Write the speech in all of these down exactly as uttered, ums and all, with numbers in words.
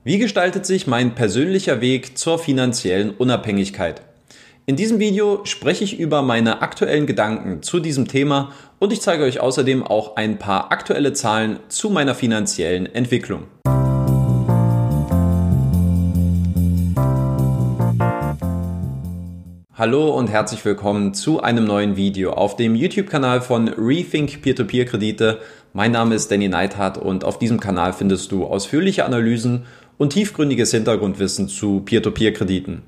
Wie gestaltet sich mein persönlicher Weg zur finanziellen Unabhängigkeit? In diesem Video spreche ich über meine aktuellen Gedanken zu diesem Thema und ich zeige euch außerdem auch ein paar aktuelle Zahlen zu meiner finanziellen Entwicklung. Hallo und herzlich willkommen zu einem neuen Video auf dem YouTube-Kanal von Rethink Peer-to-Peer-Kredite. Mein Name ist Danny Neithardt und auf diesem Kanal findest du ausführliche Analysen und tiefgründiges Hintergrundwissen zu Peer-to-Peer-Krediten.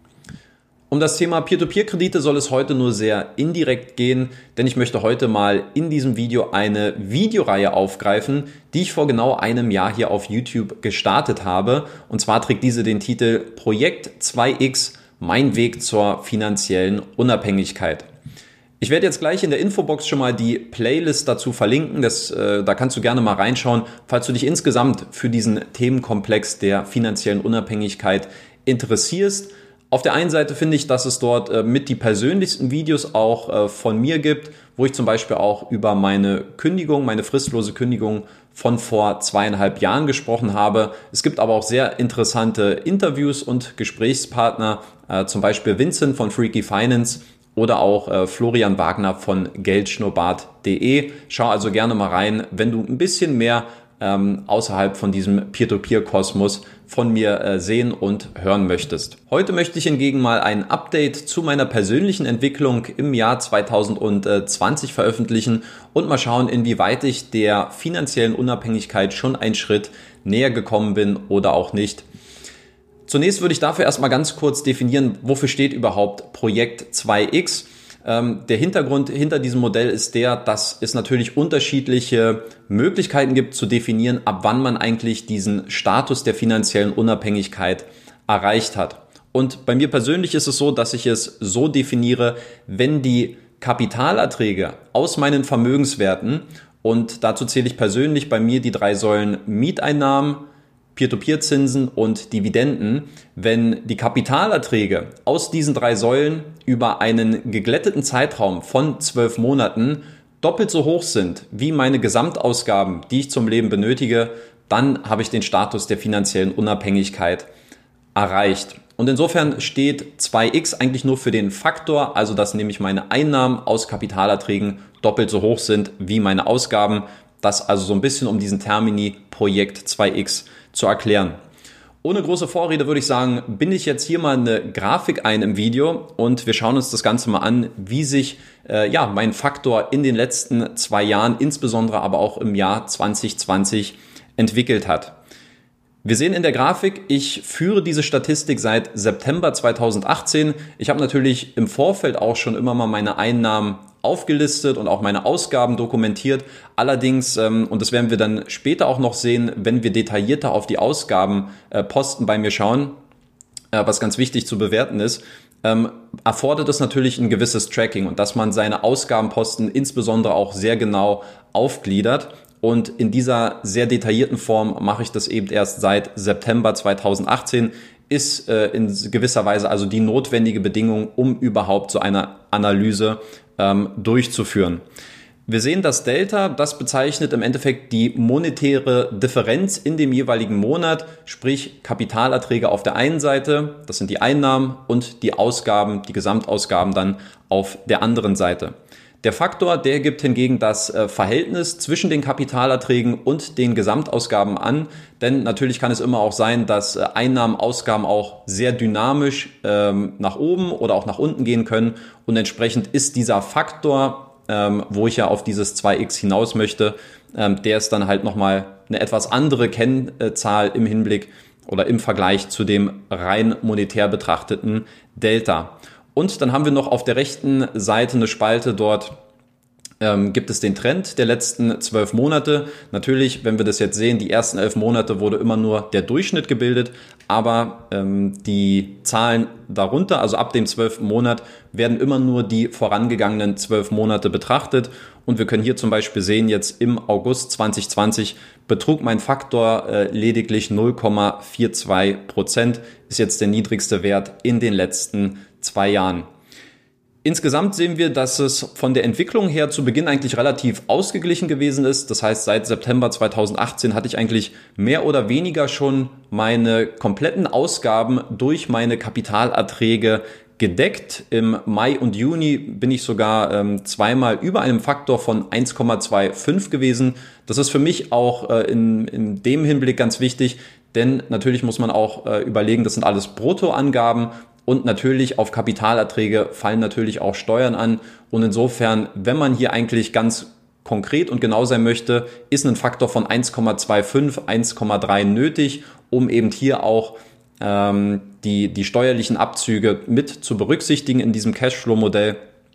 Um das Thema Peer-to-Peer-Kredite soll es heute nur sehr indirekt gehen, denn ich möchte heute mal in diesem Video eine Videoreihe aufgreifen, die ich vor genau einem Jahr hier auf YouTube gestartet habe. Und zwar trägt diese den Titel Projekt zwei X – Mein Weg zur finanziellen Unabhängigkeit. Ich werde jetzt gleich in der Infobox schon mal die Playlist dazu verlinken. Das, äh, da kannst du gerne mal reinschauen, falls du dich insgesamt für diesen Themenkomplex der finanziellen Unabhängigkeit interessierst. Auf der einen Seite finde ich, dass es dort äh, mit die persönlichsten Videos auch äh, von mir gibt, wo ich zum Beispiel auch über meine Kündigung, meine fristlose Kündigung von vor zweieinhalb Jahren gesprochen habe. Es gibt aber auch sehr interessante Interviews und Gesprächspartner, äh, zum Beispiel Vincent von Freaky Finance oder auch äh, Florian Wagner von geldschnurrbart punkt de. Schau also gerne mal rein, wenn du ein bisschen mehr ähm, außerhalb von diesem Peer-to-Peer-Kosmos von mir äh, sehen und hören möchtest. Heute möchte ich hingegen mal ein Update zu meiner persönlichen Entwicklung im Jahr zweitausendzwanzig veröffentlichen und mal schauen, inwieweit ich der finanziellen Unabhängigkeit schon einen Schritt näher gekommen bin oder auch nicht. Zunächst würde ich dafür erstmal ganz kurz definieren, wofür steht überhaupt Projekt zwei X. Ähm, der Hintergrund hinter diesem Modell ist der, dass es natürlich unterschiedliche Möglichkeiten gibt zu definieren, ab wann man eigentlich diesen Status der finanziellen Unabhängigkeit erreicht hat. Und bei mir persönlich ist es so, dass ich es so definiere, wenn die Kapitalerträge aus meinen Vermögenswerten, und dazu zähle ich persönlich bei mir die drei Säulen Mieteinnahmen, Peer-to-Peer-Zinsen und Dividenden, wenn die Kapitalerträge aus diesen drei Säulen über einen geglätteten Zeitraum von zwölf Monaten doppelt so hoch sind wie meine Gesamtausgaben, die ich zum Leben benötige, dann habe ich den Status der finanziellen Unabhängigkeit erreicht. Und insofern steht zwei X eigentlich nur für den Faktor, also dass nämlich meine Einnahmen aus Kapitalerträgen doppelt so hoch sind wie meine Ausgaben. Das also so ein bisschen um diesen Termini Projekt zwei X zu erklären. Ohne große Vorrede würde ich sagen, binde ich jetzt hier mal eine Grafik ein im Video und wir schauen uns das Ganze mal an, wie sich äh, ja mein Faktor in den letzten zwei Jahren, insbesondere aber auch im Jahr zwanzig zwanzig entwickelt hat. Wir sehen in der Grafik, ich führe diese Statistik seit September zweitausendachtzehn. Ich habe natürlich im Vorfeld auch schon immer mal meine Einnahmen aufgelistet und auch meine Ausgaben dokumentiert. Allerdings, ähm, und das werden wir dann später auch noch sehen, wenn wir detaillierter auf die Ausgabenposten äh, bei mir schauen, äh, was ganz wichtig zu bewerten ist, ähm, erfordert es natürlich ein gewisses Tracking und dass man seine Ausgabenposten insbesondere auch sehr genau aufgliedert. Und in dieser sehr detaillierten Form mache ich das eben erst seit September zweitausendachtzehn, ist äh, in gewisser Weise also die notwendige Bedingung, um überhaupt so eine Analyse ähm, durchzuführen. Wir sehen das Delta, das bezeichnet im Endeffekt die monetäre Differenz in dem jeweiligen Monat, sprich Kapitalerträge auf der einen Seite, das sind die Einnahmen, und die Ausgaben, die Gesamtausgaben dann auf der anderen Seite. Der Faktor, der gibt hingegen das Verhältnis zwischen den Kapitalerträgen und den Gesamtausgaben an, denn natürlich kann es immer auch sein, dass Einnahmen, Ausgaben auch sehr dynamisch ähm, nach oben oder auch nach unten gehen können und entsprechend ist dieser Faktor, ähm, wo ich ja auf dieses zwei X hinaus möchte, ähm, der ist dann halt nochmal eine etwas andere Kennzahl im Hinblick oder im Vergleich zu dem rein monetär betrachteten Delta. Und dann haben wir noch auf der rechten Seite eine Spalte, dort ähm, gibt es den Trend der letzten zwölf Monate. Natürlich, wenn wir das jetzt sehen, die ersten elf Monate wurde immer nur der Durchschnitt gebildet, aber ähm, die Zahlen darunter, also ab dem zwölften Monat, werden immer nur die vorangegangenen zwölf Monate betrachtet. Und wir können hier zum Beispiel sehen, jetzt im August zwanzig zwanzig betrug mein Faktor äh, lediglich null Komma zweiundvierzig Prozent, ist jetzt der niedrigste Wert in den letzten zwei Jahren. Insgesamt sehen wir, dass es von der Entwicklung her zu Beginn eigentlich relativ ausgeglichen gewesen ist. Das heißt, seit September zweitausendachtzehn hatte ich eigentlich mehr oder weniger schon meine kompletten Ausgaben durch meine Kapitalerträge gedeckt. Im Mai und Juni bin ich sogar ähm, zweimal über einem Faktor von eins Komma fünfundzwanzig gewesen. Das ist für mich auch äh, in, in dem Hinblick ganz wichtig, denn natürlich muss man auch äh, überlegen, das sind alles Bruttoangaben. Und natürlich auf Kapitalerträge fallen natürlich auch Steuern an. Und insofern, wenn man hier eigentlich ganz konkret und genau sein möchte, ist ein Faktor von eins Komma fünfundzwanzig, eins Komma drei nötig, um eben hier auch ähm, die, die steuerlichen Abzüge mit zu berücksichtigen in diesem Cashflow-Modell.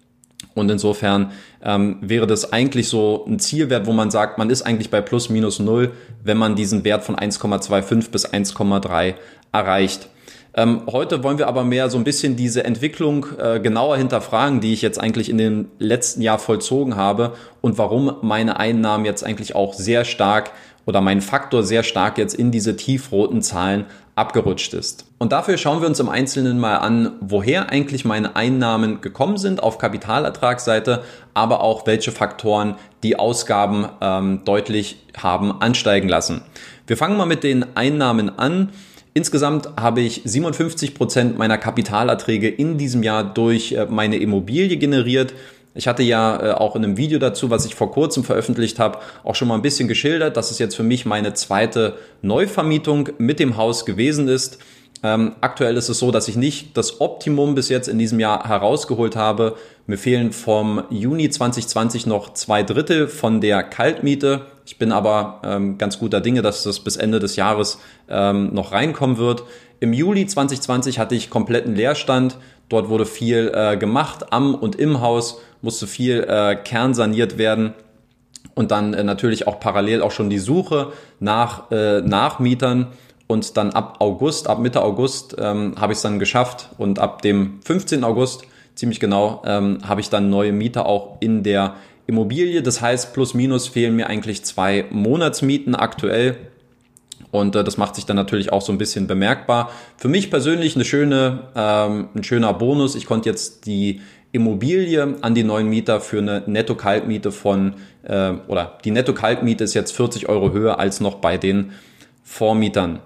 Und insofern ähm, wäre das eigentlich so ein Zielwert, wo man sagt, man ist eigentlich bei plus minus null, wenn man diesen Wert von eins Komma fünfundzwanzig bis eins Komma drei erreicht. Ähm, heute wollen wir aber mehr so ein bisschen diese Entwicklung äh, genauer hinterfragen, die ich jetzt eigentlich in dem letzten Jahr vollzogen habe und warum meine Einnahmen jetzt eigentlich auch sehr stark oder mein Faktor sehr stark jetzt in diese tiefroten Zahlen abgerutscht ist. Und dafür schauen wir uns im Einzelnen mal an, woher eigentlich meine Einnahmen gekommen sind auf Kapitalertragsseite, aber auch welche Faktoren die Ausgaben ähm, deutlich haben ansteigen lassen. Wir fangen mal mit den Einnahmen an. Insgesamt habe ich siebenundfünfzig Prozent meiner Kapitalerträge in diesem Jahr durch meine Immobilie generiert. Ich hatte ja auch in einem Video dazu, was ich vor kurzem veröffentlicht habe, auch schon mal ein bisschen geschildert, dass es jetzt für mich meine zweite Neuvermietung mit dem Haus gewesen ist. Ähm, aktuell ist es so, dass ich nicht das Optimum bis jetzt in diesem Jahr herausgeholt habe. Mir fehlen vom Juni zwanzig zwanzig noch zwei Drittel von der Kaltmiete. Ich bin aber ähm, ganz guter Dinge, dass das bis Ende des Jahres ähm, noch reinkommen wird. Im Juli zwanzig zwanzig hatte ich kompletten Leerstand. Dort wurde viel äh, gemacht am und im Haus, musste viel äh, kernsaniert werden. Und dann äh, natürlich auch parallel auch schon die Suche nach äh, Nachmietern. Und dann ab August, ab Mitte August ähm, habe ich es dann geschafft. Und ab dem fünfzehnten August, ziemlich genau, ähm, habe ich dann neue Mieter auch in der Immobilie. Das heißt, plus minus fehlen mir eigentlich zwei Monatsmieten aktuell. Und äh, das macht sich dann natürlich auch so ein bisschen bemerkbar. Für mich persönlich eine schöne, ähm, ein schöner Bonus. Ich konnte jetzt die Immobilie an die neuen Mieter für eine Netto-Kaltmiete von, äh, oder die Netto-Kaltmiete ist jetzt vierzig Euro höher als noch bei den Vormietern.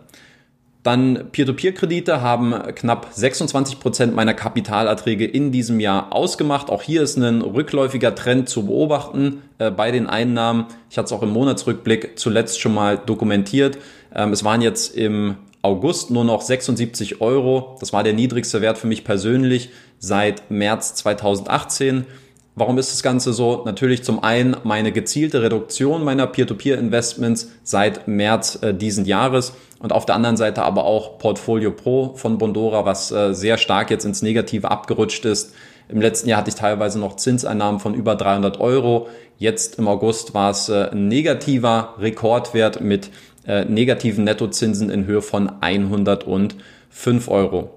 Dann Peer-to-Peer-Kredite haben knapp sechsundzwanzig Prozent meiner Kapitalerträge in diesem Jahr ausgemacht. Auch hier ist ein rückläufiger Trend zu beobachten äh, bei den Einnahmen. Ich hatte es auch im Monatsrückblick zuletzt schon mal dokumentiert. Ähm, es waren jetzt im August nur noch sechsundsiebzig Euro. Das war der niedrigste Wert für mich persönlich seit März zweitausendachtzehn. Warum ist das Ganze so? Natürlich zum einen meine gezielte Reduktion meiner Peer-to-Peer-Investments seit März äh, diesen Jahres und auf der anderen Seite aber auch Portfolio Pro von Bondora, was äh, sehr stark jetzt ins Negative abgerutscht ist. Im letzten Jahr hatte ich teilweise noch Zinseinnahmen von über dreihundert Euro. Jetzt im August war es äh, ein negativer Rekordwert mit äh, negativen Nettozinsen in Höhe von hundertfünf Euro.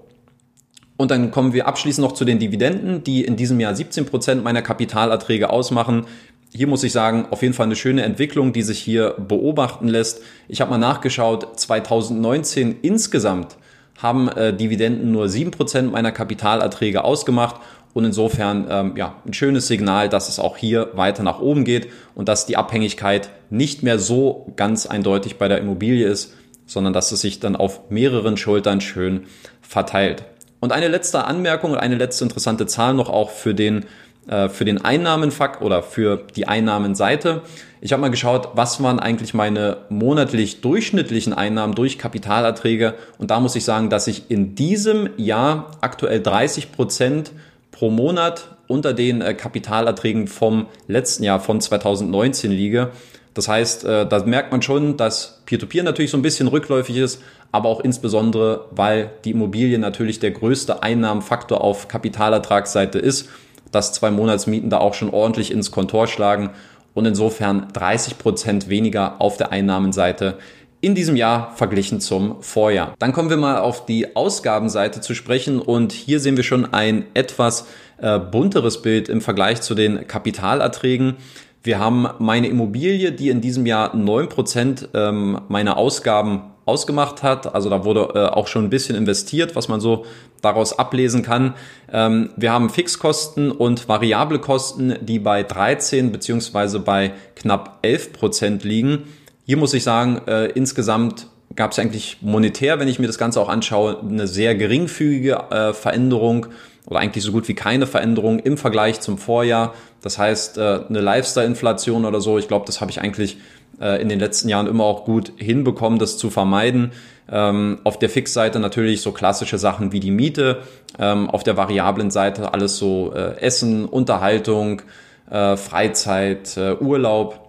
Und dann kommen wir abschließend noch zu den Dividenden, die in diesem Jahr siebzehn Prozent meiner Kapitalerträge ausmachen. Hier muss ich sagen, auf jeden Fall eine schöne Entwicklung, die sich hier beobachten lässt. Ich habe mal nachgeschaut, zweitausendneunzehn insgesamt haben äh, Dividenden nur sieben Prozent meiner Kapitalerträge ausgemacht. Und insofern ähm, ja, ein schönes Signal, dass es auch hier weiter nach oben geht und dass die Abhängigkeit nicht mehr so ganz eindeutig bei der Immobilie ist, sondern dass es sich dann auf mehreren Schultern schön verteilt. Und eine letzte Anmerkung und eine letzte interessante Zahl noch auch für den, äh, für den Einnahmenfakt oder für die Einnahmenseite. Ich habe mal geschaut, was waren eigentlich meine monatlich durchschnittlichen Einnahmen durch Kapitalerträge. Und da muss ich sagen, dass ich in diesem Jahr aktuell dreißig Prozent pro Monat unter den äh, Kapitalerträgen vom letzten Jahr von zweitausendneunzehn liege. Das heißt, äh, da merkt man schon, dass Peer-to-Peer natürlich so ein bisschen rückläufig ist, aber auch insbesondere, weil die Immobilie natürlich der größte Einnahmenfaktor auf Kapitalertragsseite ist, dass zwei Monatsmieten da auch schon ordentlich ins Kontor schlagen und insofern dreißig Prozent weniger auf der Einnahmenseite in diesem Jahr verglichen zum Vorjahr. Dann kommen wir mal auf die Ausgabenseite zu sprechen und hier sehen wir schon ein etwas äh, bunteres Bild im Vergleich zu den Kapitalerträgen. Wir haben meine Immobilie, die in diesem Jahr neun Prozent ähm, meiner Ausgaben ausgemacht hat. Also da wurde äh, auch schon ein bisschen investiert, was man so daraus ablesen kann. Ähm, wir haben Fixkosten und variable Kosten, die bei dreizehn beziehungsweise bei knapp elf Prozent liegen. Hier muss ich sagen, äh, insgesamt gab es eigentlich monetär, wenn ich mir das Ganze auch anschaue, eine sehr geringfügige äh, Veränderung oder eigentlich so gut wie keine Veränderung im Vergleich zum Vorjahr. Das heißt, äh, eine Lifestyle-Inflation oder so, ich glaube, das habe ich eigentlich äh, in den letzten Jahren immer auch gut hinbekommen, das zu vermeiden. Ähm, auf der Fixseite natürlich so klassische Sachen wie die Miete, ähm, auf der variablen Seite alles so äh, Essen, Unterhaltung, äh, Freizeit, äh, Urlaub.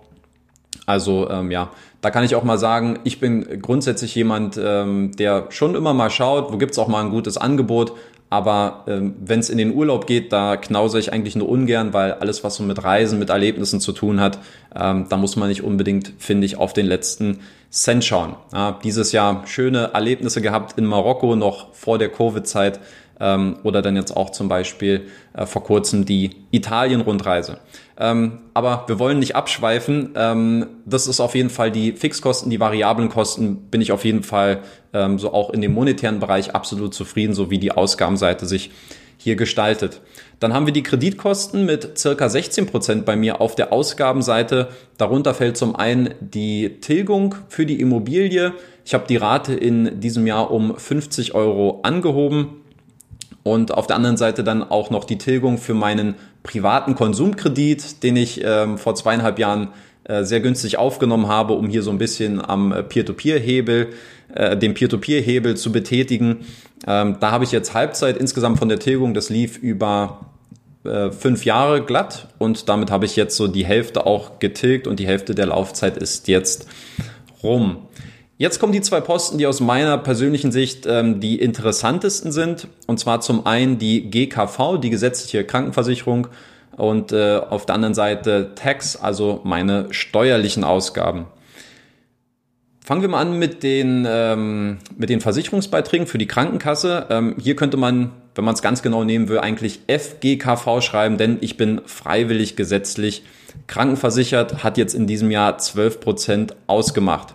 Also ähm, ja, da kann ich auch mal sagen, ich bin grundsätzlich jemand, ähm, der schon immer mal schaut, wo gibt's auch mal ein gutes Angebot. Aber ähm, wenn es in den Urlaub geht, da knause ich eigentlich nur ungern, weil alles, was so mit Reisen, mit Erlebnissen zu tun hat, ähm, da muss man nicht unbedingt, finde ich, auf den letzten Cent schauen. Ja, dieses Jahr schöne Erlebnisse gehabt in Marokko, noch vor der Covid-Zeit, ähm, oder dann jetzt auch zum Beispiel äh, vor kurzem die Italien-Rundreise. Ähm, aber wir wollen nicht abschweifen. Ähm, das ist auf jeden Fall die Fixkosten, die variablen Kosten bin ich auf jeden Fall ähm, so auch in dem monetären Bereich absolut zufrieden, so wie die Ausgabenseite sich hier gestaltet. Dann haben wir die Kreditkosten mit circa sechzehn Prozent bei mir auf der Ausgabenseite. Darunter fällt zum einen die Tilgung für die Immobilie. Ich habe die Rate in diesem Jahr um fünfzig Euro angehoben. Und auf der anderen Seite dann auch noch die Tilgung für meinen privaten Konsumkredit, den ich ähm, vor zweieinhalb Jahren äh, sehr günstig aufgenommen habe, um hier so ein bisschen am Peer-to-Peer-Hebel, äh, den Peer-to-Peer-Hebel zu betätigen. Ähm, da habe ich jetzt Halbzeit insgesamt von der Tilgung, das lief über äh, fünf Jahre glatt und damit habe ich jetzt so die Hälfte auch getilgt und die Hälfte der Laufzeit ist jetzt rum. Jetzt kommen die zwei Posten, die aus meiner persönlichen Sicht ähm, die interessantesten sind. Und zwar zum einen die G K V, die gesetzliche Krankenversicherung, und äh, auf der anderen Seite Tax, also meine steuerlichen Ausgaben. Fangen wir mal an mit den ähm, mit den Versicherungsbeiträgen für die Krankenkasse. Ähm, hier könnte man, wenn man es ganz genau nehmen will, eigentlich F G K V schreiben, denn ich bin freiwillig gesetzlich krankenversichert, hat jetzt in diesem Jahr zwölf Prozent ausgemacht.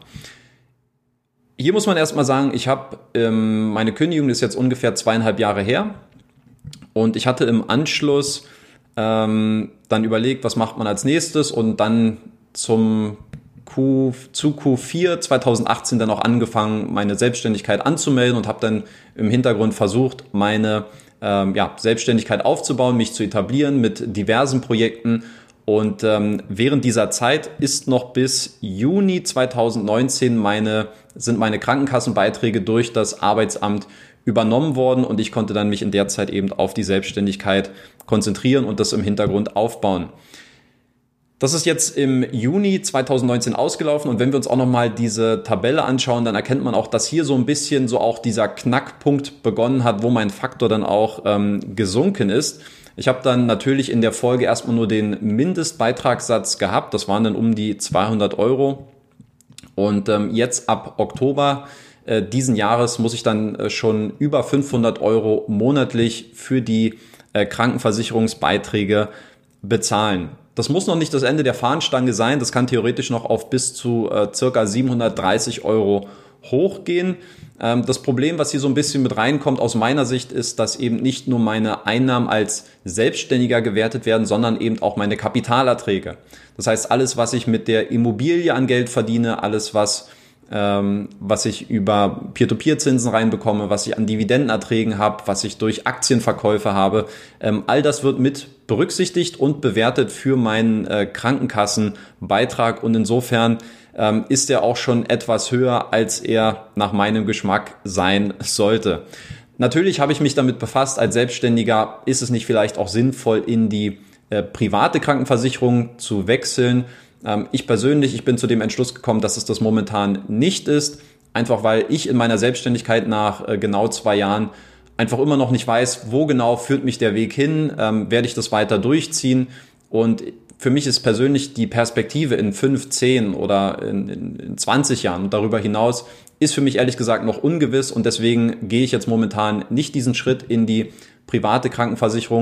Hier muss man erstmal sagen, ich habe, ähm, meine Kündigung ist jetzt ungefähr zweieinhalb Jahre her und ich hatte im Anschluss ähm, dann überlegt, was macht man als nächstes und dann zum Q, zu Q vier zweitausendachtzehn dann auch angefangen, meine Selbstständigkeit anzumelden und habe dann im Hintergrund versucht, meine ähm, ja, Selbstständigkeit aufzubauen, mich zu etablieren mit diversen Projekten. Und ähm, während dieser Zeit ist noch bis Juni zweitausendneunzehn meine, sind meine Krankenkassenbeiträge durch das Arbeitsamt übernommen worden und ich konnte dann mich in der Zeit eben auf die Selbstständigkeit konzentrieren und das im Hintergrund aufbauen. Das ist jetzt im Juni zweitausendneunzehn ausgelaufen und wenn wir uns auch nochmal diese Tabelle anschauen, dann erkennt man auch, dass hier so ein bisschen so auch dieser Knackpunkt begonnen hat, wo mein Faktor dann auch ähm, gesunken ist. Ich habe dann natürlich in der Folge erstmal nur den Mindestbeitragssatz gehabt. Das waren dann um die zweihundert Euro. Und ähm, jetzt ab Oktober äh, diesen Jahres muss ich dann äh, schon über fünfhundert Euro monatlich für die äh, Krankenversicherungsbeiträge bezahlen. Das muss noch nicht das Ende der Fahnenstange sein. Das kann theoretisch noch auf bis zu äh, circa siebenhundertdreißig Euro hochgehen. Ähm, das Problem, was hier so ein bisschen mit reinkommt aus meiner Sicht, ist, dass eben nicht nur meine Einnahmen als Selbstständiger gewertet werden, sondern eben auch meine Kapitalerträge. Das heißt, alles, was ich mit der Immobilie an Geld verdiene, alles, was ähm, was ich über Peer-to-Peer-Zinsen reinbekomme, was ich an Dividendenerträgen habe, was ich durch Aktienverkäufe habe, ähm, all das wird mit berücksichtigt und bewertet für meinen äh, Krankenkassenbeitrag und insofern ähm, ist er auch schon etwas höher, als er nach meinem Geschmack sein sollte. Natürlich habe ich mich damit befasst, als Selbstständiger ist es nicht vielleicht auch sinnvoll, in die äh, private Krankenversicherung zu wechseln. Ähm, ich persönlich, ich bin zu dem Entschluss gekommen, dass es das momentan nicht ist, einfach weil ich in meiner Selbstständigkeit nach äh, genau zwei Jahren einfach immer noch nicht weiß, wo genau führt mich der Weg hin, ähm, werde ich das weiter durchziehen und für mich ist persönlich die Perspektive in fünf, zehn oder in, in, in zwanzig Jahren und darüber hinaus ist für mich ehrlich gesagt noch ungewiss und deswegen gehe ich jetzt momentan nicht diesen Schritt in die private Krankenversicherung,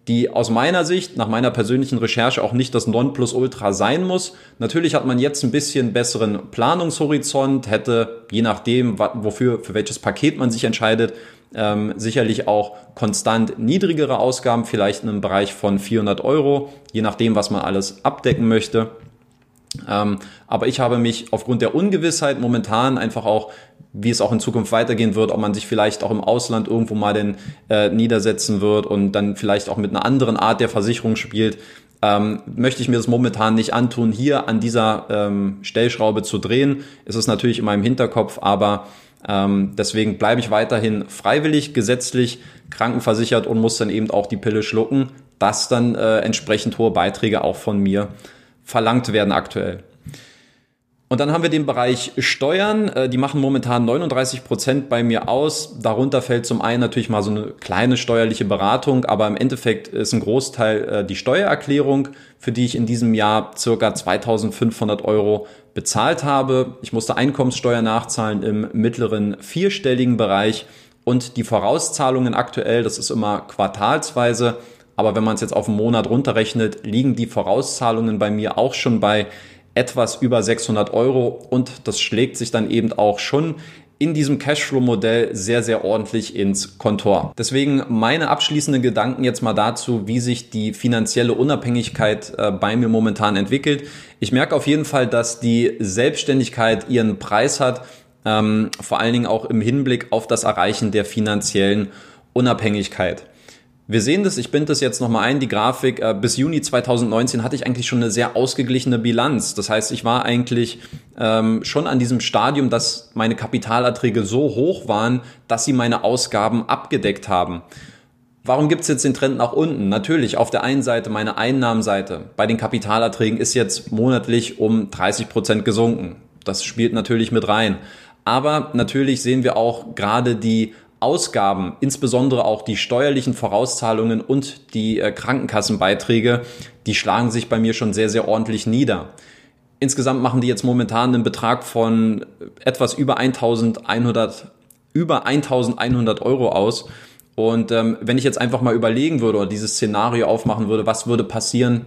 die aus meiner Sicht, nach meiner persönlichen Recherche auch nicht das Nonplusultra sein muss. Natürlich hat man jetzt ein bisschen besseren Planungshorizont, hätte, je nachdem, wofür, für welches Paket man sich entscheidet, ähm, sicherlich auch konstant niedrigere Ausgaben, vielleicht in einem Bereich von vierhundert Euro, je nachdem, was man alles abdecken möchte. Ähm, aber ich habe mich aufgrund der Ungewissheit momentan einfach auch, wie es auch in Zukunft weitergehen wird, ob man sich vielleicht auch im Ausland irgendwo mal denn äh, niedersetzen wird und dann vielleicht auch mit einer anderen Art der Versicherung spielt, ähm, möchte ich mir das momentan nicht antun, hier an dieser ähm, Stellschraube zu drehen. Es ist natürlich in meinem Hinterkopf, aber ähm, deswegen bleibe ich weiterhin freiwillig, gesetzlich krankenversichert und muss dann eben auch die Pille schlucken, dass dann äh, entsprechend hohe Beiträge auch von mir verlangt werden aktuell. Und dann haben wir den Bereich Steuern, die machen momentan neununddreißig Prozent bei mir aus. Darunter fällt zum einen natürlich mal so eine kleine steuerliche Beratung, aber im Endeffekt ist ein Großteil die Steuererklärung, für die ich in diesem Jahr circa zweitausendfünfhundert Euro bezahlt habe. Ich musste Einkommenssteuer nachzahlen im mittleren vierstelligen Bereich und die Vorauszahlungen aktuell, das ist immer quartalsweise, aber wenn man es jetzt auf einen Monat runterrechnet, liegen die Vorauszahlungen bei mir auch schon bei etwas über sechshundert Euro und das schlägt sich dann eben auch schon in diesem Cashflow-Modell sehr, sehr ordentlich ins Kontor. Deswegen meine abschließenden Gedanken jetzt mal dazu, wie sich die finanzielle Unabhängigkeit äh, bei mir momentan entwickelt. Ich merke auf jeden Fall, dass die Selbstständigkeit ihren Preis hat, ähm, vor allen Dingen auch im Hinblick auf das Erreichen der finanziellen Unabhängigkeit. Wir sehen das, ich binde das jetzt nochmal ein, die Grafik, äh, bis Juni zweitausendneunzehn hatte ich eigentlich schon eine sehr ausgeglichene Bilanz. Das heißt, ich war eigentlich ähm, schon an diesem Stadium, dass meine Kapitalerträge so hoch waren, dass sie meine Ausgaben abgedeckt haben. Warum gibt es jetzt den Trend nach unten? Natürlich, auf der einen Seite meine Einnahmenseite bei den Kapitalerträgen ist jetzt monatlich um dreißig Prozent gesunken. Das spielt natürlich mit rein. Aber natürlich sehen wir auch gerade die Ausgaben, insbesondere auch die steuerlichen Vorauszahlungen und die äh, Krankenkassenbeiträge, die schlagen sich bei mir schon sehr, sehr ordentlich nieder. Insgesamt machen die jetzt momentan einen Betrag von etwas über eintausendeinhundert, über eintausendeinhundert Euro aus. Und ähm, wenn ich jetzt einfach mal überlegen würde oder dieses Szenario aufmachen würde, was würde passieren,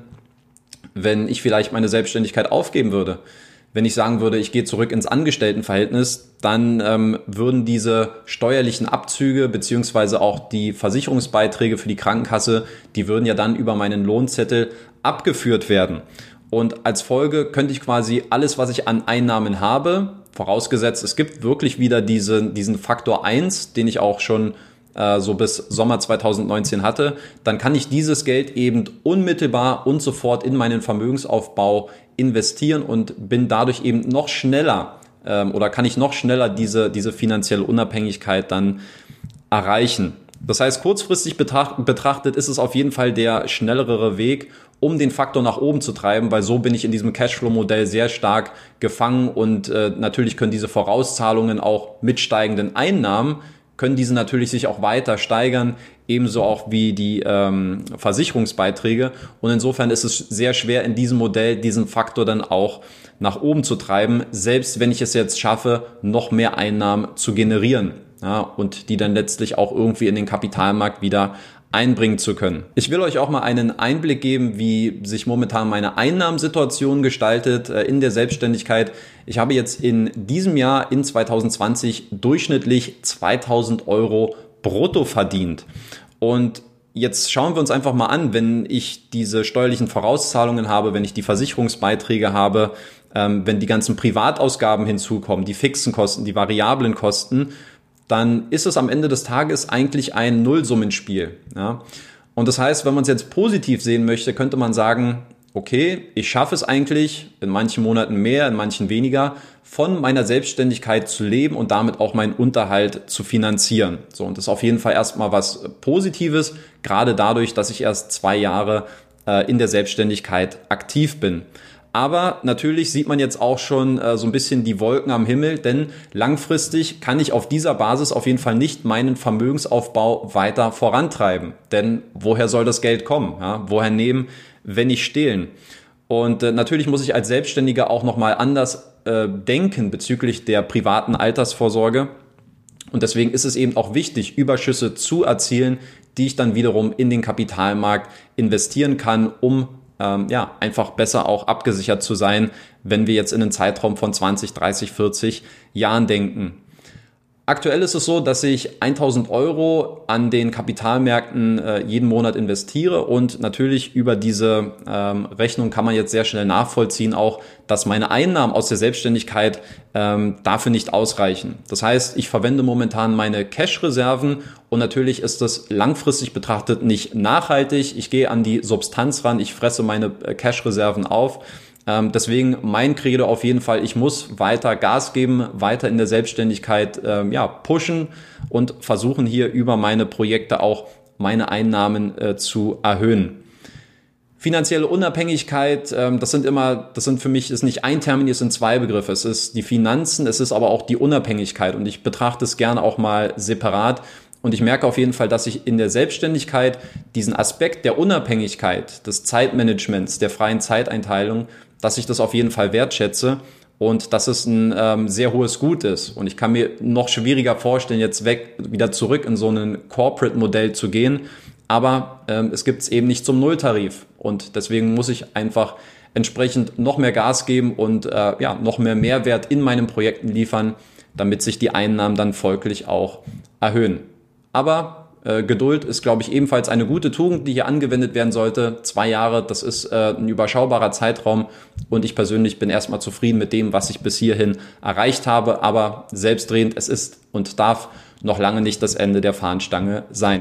wenn ich vielleicht meine Selbstständigkeit aufgeben würde? Wenn ich sagen würde, ich gehe zurück ins Angestelltenverhältnis, dann ähm, würden diese steuerlichen Abzüge beziehungsweise auch die Versicherungsbeiträge für die Krankenkasse, die würden ja dann über meinen Lohnzettel abgeführt werden. Und als Folge könnte ich quasi alles, was ich an Einnahmen habe, vorausgesetzt, es gibt wirklich wieder diese, diesen Faktor eins, den ich auch schon äh, so bis Sommer zweitausendneunzehn hatte, dann kann ich dieses Geld eben unmittelbar und sofort in meinen Vermögensaufbau investieren und bin dadurch eben noch schneller ähm, oder kann ich noch schneller diese, diese finanzielle Unabhängigkeit dann erreichen. Das heißt, kurzfristig betracht, betrachtet ist es auf jeden Fall der schnellere Weg, um den Faktor nach oben zu treiben, weil so bin ich in diesem Cashflow-Modell sehr stark gefangen und äh, natürlich können diese Vorauszahlungen auch mit steigenden Einnahmen, können diese natürlich sich auch weiter steigern, ebenso auch wie die ähm, Versicherungsbeiträge. Und insofern ist es sehr schwer, in diesem Modell diesen Faktor dann auch nach oben zu treiben, selbst wenn ich es jetzt schaffe, noch mehr Einnahmen zu generieren, ja, und die dann letztlich auch irgendwie in den Kapitalmarkt wieder einbringen zu können. Ich will euch auch mal einen Einblick geben, wie sich momentan meine Einnahmensituation gestaltet äh, in der Selbstständigkeit. Ich habe jetzt in diesem Jahr, in zweitausendzwanzig, durchschnittlich zweitausend Euro brutto verdient. Und jetzt schauen wir uns einfach mal an, wenn ich diese steuerlichen Vorauszahlungen habe, wenn ich die Versicherungsbeiträge habe, ähm, wenn die ganzen Privatausgaben hinzukommen, die fixen Kosten, die variablen Kosten, dann ist es am Ende des Tages eigentlich ein Nullsummenspiel. Ja? Und das heißt, wenn man es jetzt positiv sehen möchte, könnte man sagen, okay, ich schaffe es eigentlich, in manchen Monaten mehr, in manchen weniger, von meiner Selbstständigkeit zu leben und damit auch meinen Unterhalt zu finanzieren. So, und das ist auf jeden Fall erstmal was Positives, gerade dadurch, dass ich erst zwei Jahre äh, in der Selbstständigkeit aktiv bin. Aber natürlich sieht man jetzt auch schon äh, so ein bisschen die Wolken am Himmel, denn langfristig kann ich auf dieser Basis auf jeden Fall nicht meinen Vermögensaufbau weiter vorantreiben. Denn woher soll das Geld kommen? Ja? Woher nehmen, wenn nicht stehlen? Und äh, natürlich muss ich als Selbstständiger auch nochmal anders äh, denken bezüglich der privaten Altersvorsorge. Und deswegen ist es eben auch wichtig, Überschüsse zu erzielen, die ich dann wiederum in den Kapitalmarkt investieren kann, um ähm, ja einfach besser auch abgesichert zu sein, wenn wir jetzt in einen Zeitraum von zwanzig, dreißig, vierzig Jahren denken. Aktuell ist es so, dass ich tausend Euro an den Kapitalmärkten äh, jeden Monat investiere und natürlich über diese ähm, Rechnung kann man jetzt sehr schnell nachvollziehen auch, dass meine Einnahmen aus der Selbstständigkeit ähm, dafür nicht ausreichen. Das heißt, ich verwende momentan meine Cash-Reserven und natürlich ist das langfristig betrachtet nicht nachhaltig. Ich gehe an die Substanz ran, ich fresse meine äh, Cash-Reserven auf. Deswegen mein Credo auf jeden Fall, ich muss weiter Gas geben, weiter in der Selbstständigkeit ähm, ja, pushen und versuchen hier über meine Projekte auch meine Einnahmen äh, zu erhöhen. Finanzielle Unabhängigkeit, ähm, das sind immer, das sind für mich, ist nicht ein Termin, es sind zwei Begriffe. Es ist die Finanzen, es ist aber auch die Unabhängigkeit und ich betrachte es gerne auch mal separat. Und ich merke auf jeden Fall, dass ich in der Selbstständigkeit diesen Aspekt der Unabhängigkeit, des Zeitmanagements, der freien Zeiteinteilung, dass ich das auf jeden Fall wertschätze und dass es ein ähm, sehr hohes Gut ist. Und ich kann mir noch schwieriger vorstellen, jetzt weg, wieder zurück in so ein Corporate-Modell zu gehen. Aber ähm, es gibt es eben nicht zum Nulltarif. Und deswegen muss ich einfach entsprechend noch mehr Gas geben und äh, ja noch mehr Mehrwert in meinen Projekten liefern, damit sich die Einnahmen dann folglich auch erhöhen. Aber äh, Geduld ist, glaube ich, ebenfalls eine gute Tugend, die hier angewendet werden sollte. Zwei Jahre, das ist äh, ein überschaubarer Zeitraum und ich persönlich bin erstmal zufrieden mit dem, was ich bis hierhin erreicht habe. Aber selbstredend, es ist und darf noch lange nicht das Ende der Fahnenstange sein.